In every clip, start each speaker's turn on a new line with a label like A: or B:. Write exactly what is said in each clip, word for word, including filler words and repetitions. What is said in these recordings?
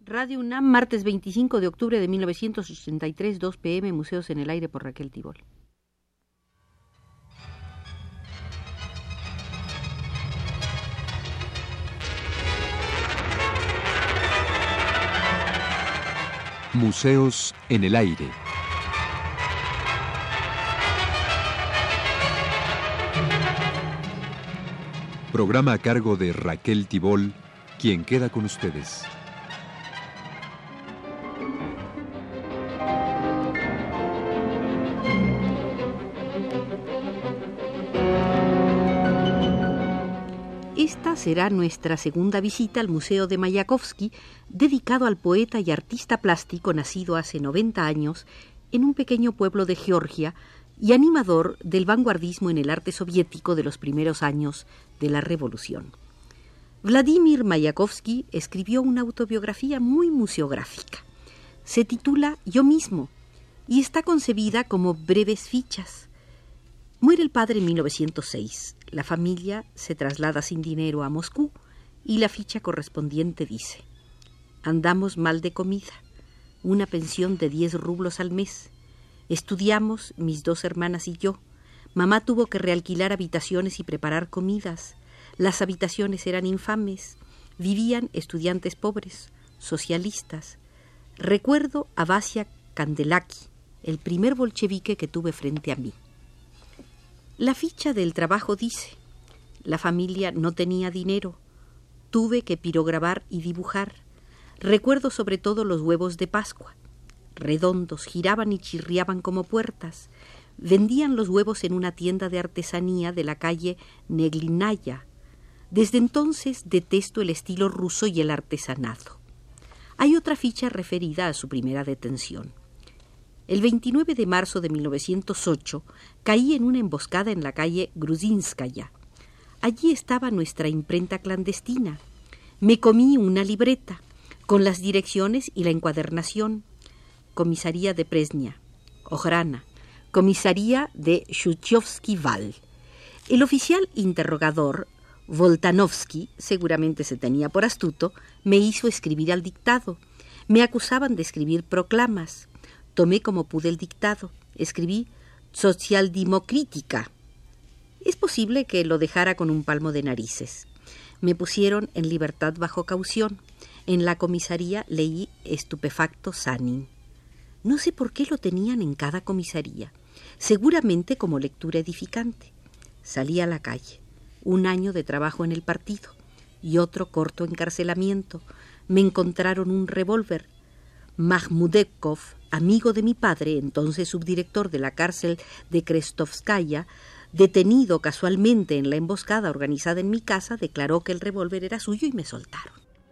A: Radio UNAM, martes veinticinco de octubre de mil novecientos ochenta y tres, dos pe eme, Museos en el Aire por Raquel Tibol.
B: Museos en el Aire. Programa a cargo de Raquel Tibol, quien queda con ustedes.
A: Esta será nuestra segunda visita al Museo de Mayakovsky, dedicado al poeta y artista plástico nacido hace noventa años en un pequeño pueblo de Georgia y animador del vanguardismo en el arte soviético de los primeros años de la Revolución. Vladimir Mayakovsky escribió una autobiografía muy museográfica. Se titula Yo mismo y está concebida como breves fichas. Muere el padre en mil novecientos seis. La familia se traslada sin dinero a Moscú y la ficha correspondiente dice: andamos mal de comida, una pensión de diez rublos al mes. Estudiamos, mis dos hermanas y yo. Mamá tuvo que realquilar habitaciones y preparar comidas. Las habitaciones eran infames. Vivían estudiantes pobres, socialistas. Recuerdo a Vasya Kandelaki, el primer bolchevique que tuve frente a mí. La ficha del trabajo dice: la familia no tenía dinero. Tuve que pirograbar y dibujar. Recuerdo sobre todo los huevos de Pascua. Redondos, giraban y chirriaban como puertas. Vendían los huevos en una tienda de artesanía de la calle Neglinaya. Desde entonces detesto el estilo ruso y el artesanado. Hay otra ficha referida a su primera detención. El veintinueve de marzo de mil novecientos ocho caí en una emboscada en la calle Gruzinskaya. Allí estaba nuestra imprenta clandestina. Me comí una libreta con las direcciones y la encuadernación. Comisaría de Presnia, Ojrana, comisaría de Shuchovsky Val. El oficial interrogador, Voltanovsky, seguramente se tenía por astuto, me hizo escribir al dictado. Me acusaban de escribir proclamas. Tomé como pude el dictado. Escribí Socialdemocrítica. Es posible que lo dejara con un palmo de narices. Me pusieron en libertad bajo caución. En la comisaría leí estupefacto Sanin. No sé por qué lo tenían en cada comisaría. Seguramente como lectura edificante. Salí a la calle. Un año de trabajo en el partido y otro corto encarcelamiento. Me encontraron un revólver. Mahmudekov, amigo de mi padre, entonces subdirector de la cárcel de Krestovskaya, detenido casualmente en la emboscada organizada en mi casa, declaró que el revólver era suyo y me soltaron.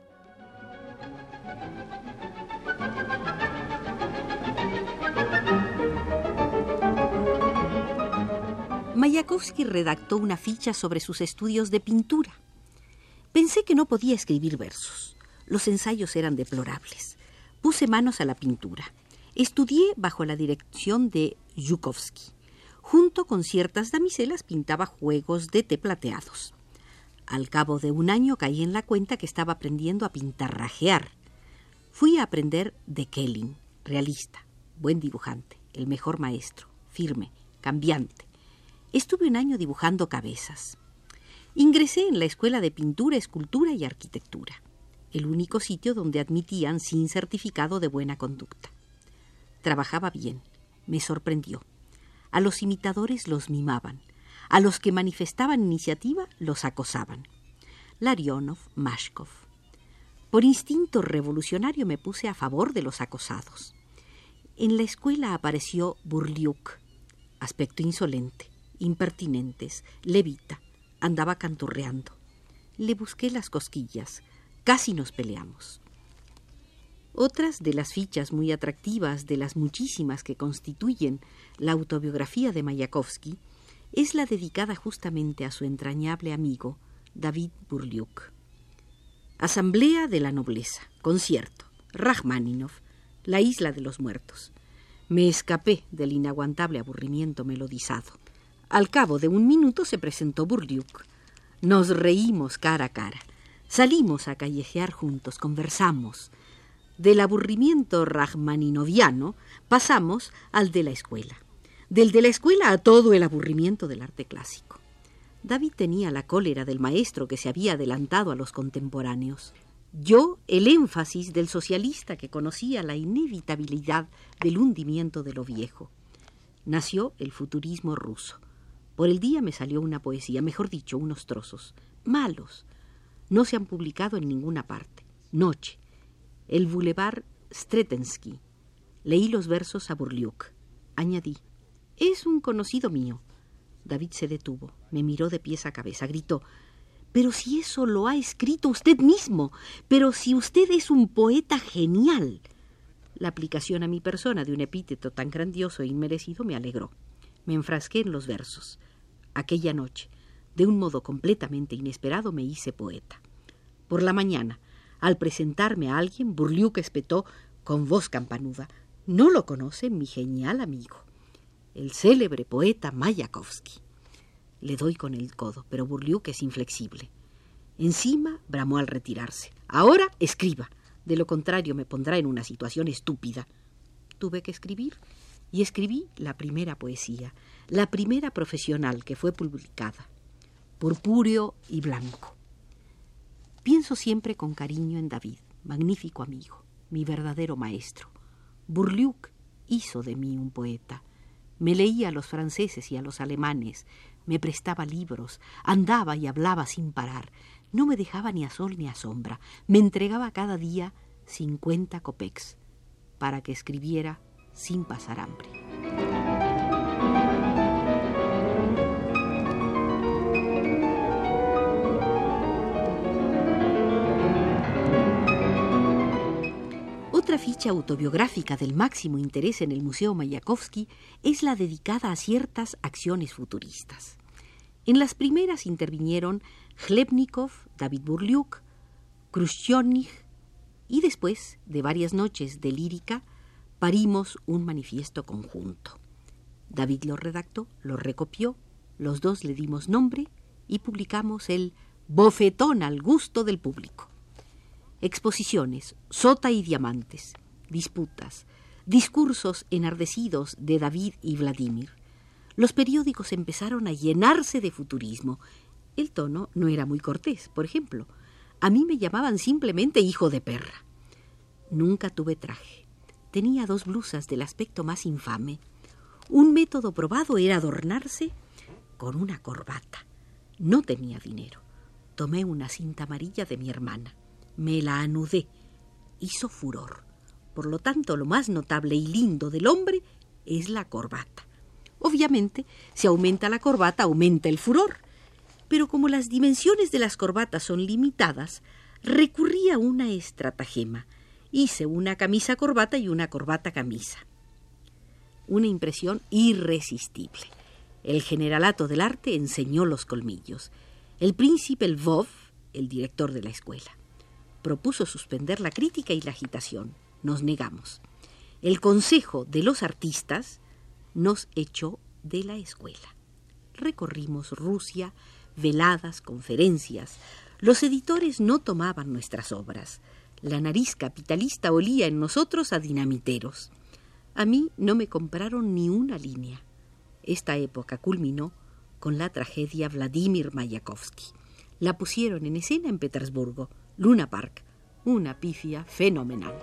A: Mayakovsky redactó una ficha sobre sus estudios de pintura. Pensé que no podía escribir versos. Los ensayos eran deplorables. Puse manos a la pintura. Estudié bajo la dirección de Zhukovsky. Junto con ciertas damiselas pintaba juegos de té plateados. Al cabo de un año caí en la cuenta que estaba aprendiendo a pintarrajear. Fui a aprender de Kelling, realista, buen dibujante, el mejor maestro, firme, cambiante. Estuve un año dibujando cabezas. Ingresé en la Escuela de Pintura, Escultura y Arquitectura, el único sitio donde admitían sin certificado de buena conducta. Trabajaba bien, me sorprendió. A los imitadores los mimaban, a los que manifestaban iniciativa los acosaban. Larionov, Mashkov. Por instinto revolucionario me puse a favor de los acosados. En la escuela apareció Burliuk, aspecto insolente, impertinentes, levita, andaba canturreando. Le busqué las cosquillas, casi nos peleamos. Otras de las fichas muy atractivas de las muchísimas que constituyen la autobiografía de Mayakovsky es la dedicada justamente a su entrañable amigo David Burliuk. Asamblea de la Nobleza, concierto, Rachmaninov, La Isla de los Muertos. Me escapé del inaguantable aburrimiento melodizado. Al cabo de un minuto se presentó Burliuk. Nos reímos cara a cara. Salimos a callejear juntos, conversamos. Del aburrimiento rachmaninoviano pasamos al de la escuela. Del de la escuela a todo el aburrimiento del arte clásico. David tenía la cólera del maestro que se había adelantado a los contemporáneos. Yo, el énfasis del socialista que conocía la inevitabilidad del hundimiento de lo viejo. Nació el futurismo ruso. Por el día me salió una poesía, mejor dicho, unos trozos, malos. No se han publicado en ninguna parte. Noche. El Boulevard Stretensky. Leí los versos a Burliuk. Añadí, es un conocido mío. David se detuvo, me miró de pies a cabeza, gritó, pero si eso lo ha escrito usted mismo, pero si usted es un poeta genial. La aplicación a mi persona de un epíteto tan grandioso e inmerecido me alegró. Me enfrasqué en los versos. Aquella noche, de un modo completamente inesperado, me hice poeta. Por la mañana, al presentarme a alguien, Burliuk espetó con voz campanuda, ¿no lo conoce mi genial amigo? El célebre poeta Mayakovsky. Le doy con el codo, pero Burliuk es inflexible. Encima bramó al retirarse. Ahora escriba, de lo contrario me pondrá en una situación estúpida. Tuve que escribir y escribí la primera poesía, la primera profesional que fue publicada, Purpúreo y Blanco. Pienso siempre con cariño en David, magnífico amigo, mi verdadero maestro. Burliuk hizo de mí un poeta. Me leía a los franceses y a los alemanes, me prestaba libros, andaba y hablaba sin parar, no me dejaba ni a sol ni a sombra, me entregaba cada día cincuenta kopecks para que escribiera sin pasar hambre. Otra ficha autobiográfica del máximo interés en el Museo Mayakovsky es la dedicada a ciertas acciones futuristas. En las primeras intervinieron Chlebnikov, David Burliuk, Khrushchevnik y después de varias noches de lírica parimos un manifiesto conjunto. David lo redactó, lo recopió, los dos le dimos nombre y publicamos el Bofetón al gusto del público. Exposiciones, sota y diamantes, disputas, discursos enardecidos de David y Vladimir. Los periódicos empezaron a llenarse de futurismo. El tono no era muy cortés, por ejemplo. A mí me llamaban simplemente hijo de perra. Nunca tuve traje. Tenía dos blusas del aspecto más infame. Un método probado era adornarse con una corbata. No tenía dinero. Tomé una cinta amarilla de mi hermana. Me la anudé. Hizo furor. Por lo tanto, lo más notable y lindo del hombre es la corbata. Obviamente, si aumenta la corbata, aumenta el furor. Pero como las dimensiones de las corbatas son limitadas, recurrí a una estratagema. Hice una camisa corbata y una corbata camisa. Una impresión irresistible. El generalato del arte enseñó los colmillos. El príncipe Lvov, el director de la escuela, propuso suspender la crítica y la agitación. Nos negamos. El Consejo de los Artistas nos echó de la escuela. Recorrimos Rusia, veladas, conferencias. Los editores no tomaban nuestras obras. La nariz capitalista olía en nosotros a dinamiteros. A mí no me compraron ni una línea. Esta época culminó con la tragedia Vladimir Mayakovsky. La pusieron en escena en Petersburgo, Luna Park, una pifia fenomenal.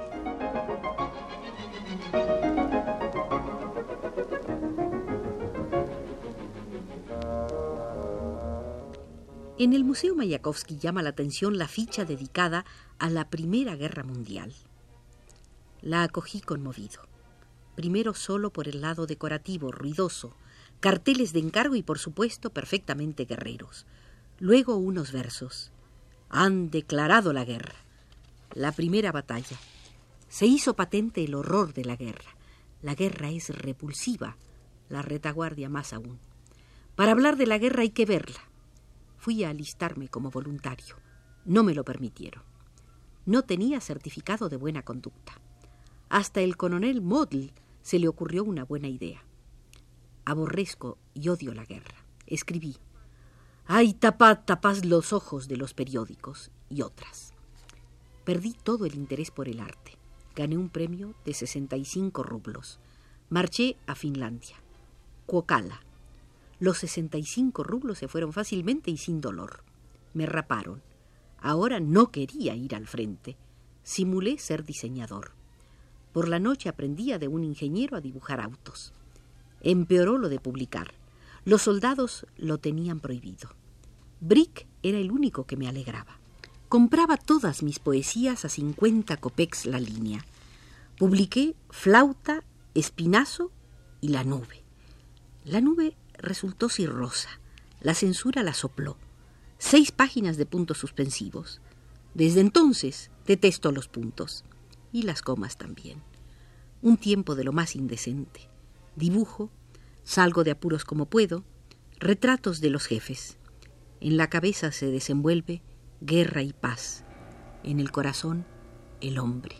A: En el Museo Mayakovsky llama la atención la ficha dedicada a la Primera Guerra Mundial. La acogí conmovido. Primero solo por el lado decorativo, ruidoso, carteles de encargo y, por supuesto, perfectamente guerreros. Luego unos versos. Han declarado la guerra. La primera batalla. Se hizo patente el horror de la guerra. La guerra es repulsiva, la retaguardia más aún. Para hablar de la guerra hay que verla. Fui a alistarme como voluntario. No me lo permitieron. No tenía certificado de buena conducta. Hasta el coronel Modl se le ocurrió una buena idea. Aborrezco y odio la guerra. Escribí. ¡Ay, tapad, tapad los ojos de los periódicos! Y otras. Perdí todo el interés por el arte. Gané un premio de sesenta y cinco rublos. Marché a Finlandia. Kuokala. Los sesenta y cinco rublos se fueron fácilmente y sin dolor. Me raparon. Ahora no quería ir al frente. Simulé ser diseñador. Por la noche aprendía de un ingeniero a dibujar autos. Empeoró lo de publicar. Los soldados lo tenían prohibido. Brick era el único que me alegraba. Compraba todas mis poesías a cincuenta kopecks la línea. Publiqué Flauta, Espinazo y La nube. La nube resultó cirrosa. La censura la sopló. Seis páginas de puntos suspensivos. Desde entonces detesto los puntos. Y las comas también. Un tiempo de lo más indecente. Dibujo, salgo de apuros como puedo, retratos de los jefes. En la cabeza se desenvuelve guerra y paz. En el corazón, el hombre.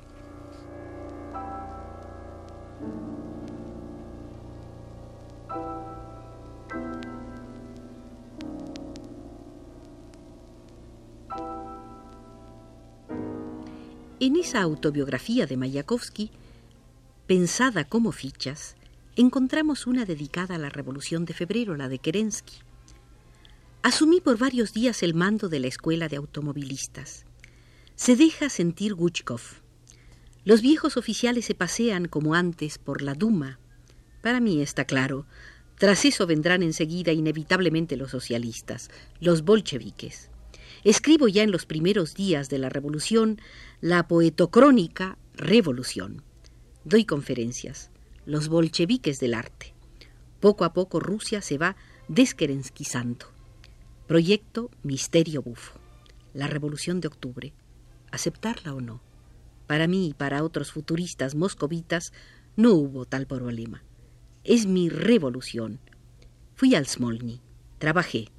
A: En esa autobiografía de Mayakovsky, pensada como fichas, encontramos una dedicada a la Revolución de Febrero, la de Kerensky. Asumí por varios días el mando de la escuela de automovilistas. Se deja sentir Guchkov. Los viejos oficiales se pasean como antes por la Duma. Para mí está claro. Tras eso vendrán enseguida inevitablemente los socialistas, los bolcheviques. Escribo ya en los primeros días de la revolución la poetocrónica Revolución. Doy conferencias, los bolcheviques del arte. Poco a poco Rusia se va deskerenskizando. Proyecto Misterio Bufo, la Revolución de Octubre. ¿Aceptarla o no? Para mí y para otros futuristas moscovitas no hubo tal problema. Es mi revolución. Fui al Smolny, trabajé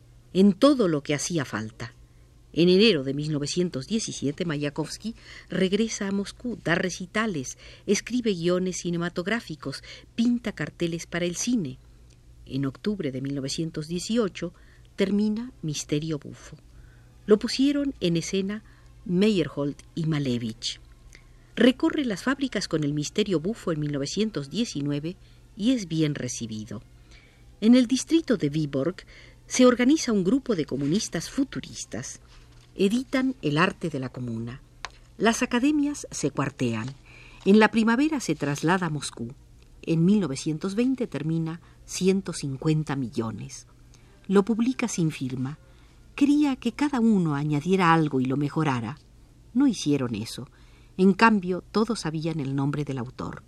A: en todo lo que hacía falta. En enero de mil novecientos diecisiete, Mayakovsky regresa a Moscú, da recitales, escribe guiones cinematográficos, pinta carteles para el cine. En octubre de mil novecientos dieciocho termina Misterio Bufo. Lo pusieron en escena Meyerhold y Malevich. Recorre las fábricas con el Misterio Bufo en mil novecientos diecinueve y es bien recibido. En el distrito de Vyborg se organiza un grupo de comunistas futuristas. Editan El arte de la comuna. Las academias se cuartean. En la primavera se traslada a Moscú. En mil novecientos veinte termina ciento cincuenta millones. Lo publica sin firma. Quería que cada uno añadiera algo y lo mejorara. No hicieron eso. En cambio, todos sabían el nombre del autor.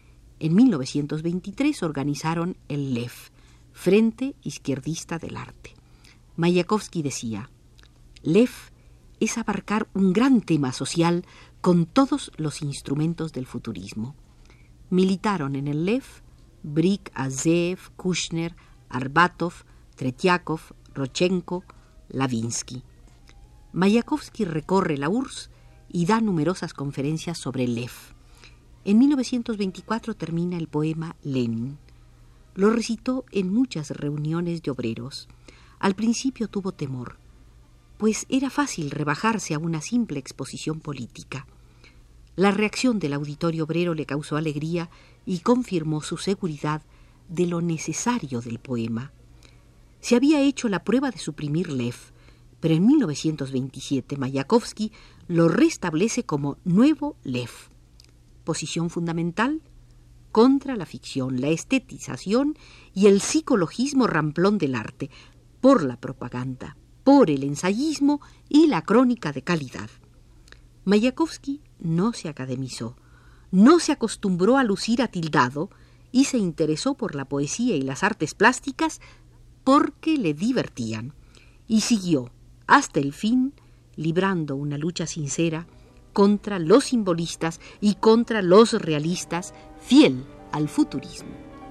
A: En mil novecientos veintitrés organizaron el Lev, Frente Izquierdista del Arte. Mayakovsky decía: Lev es abarcar un gran tema social con todos los instrumentos del futurismo. Militaron en el Lev Brick, Azeev, Kushner, Arbatov, Tretiakov, Rodchenko, Lavinsky. Mayakovsky recorre la U R S S y da numerosas conferencias sobre Lev. En mil novecientos veinticuatro termina el poema Lenin. Lo recitó en muchas reuniones de obreros. Al principio tuvo temor, pues era fácil rebajarse a una simple exposición política. La reacción del auditorio obrero le causó alegría y confirmó su seguridad de lo necesario del poema. Se había hecho la prueba de suprimir Lev, pero en mil novecientos veintisiete Mayakovsky lo restablece como nuevo Lev. Posición fundamental: contra la ficción, la estetización y el psicologismo ramplón del arte, por la propaganda, por el ensayismo y la crónica de calidad. Mayakovsky no se academizó, no se acostumbró a lucir atildado y se interesó por la poesía y las artes plásticas porque le divertían, y siguió hasta el fin librando una lucha sincera contra los simbolistas y contra los realistas, fiel al futurismo.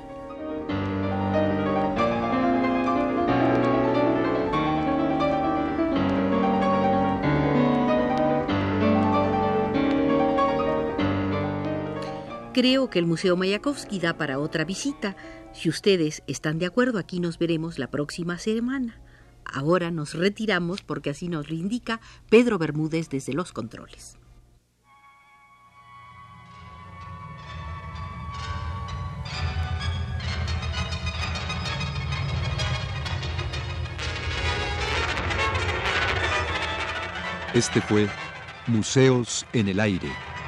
A: Creo que el Museo Mayakovsky da para otra visita. Si ustedes están de acuerdo, aquí nos veremos la próxima semana. Ahora nos retiramos porque así nos lo indica Pedro Bermúdez desde los controles.
B: Este fue Museos en el Aire.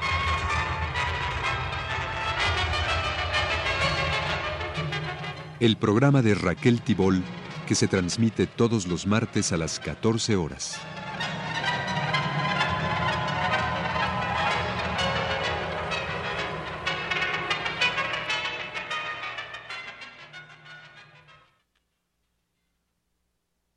B: El programa de Raquel Tibol que se transmite todos los martes a las catorce horas.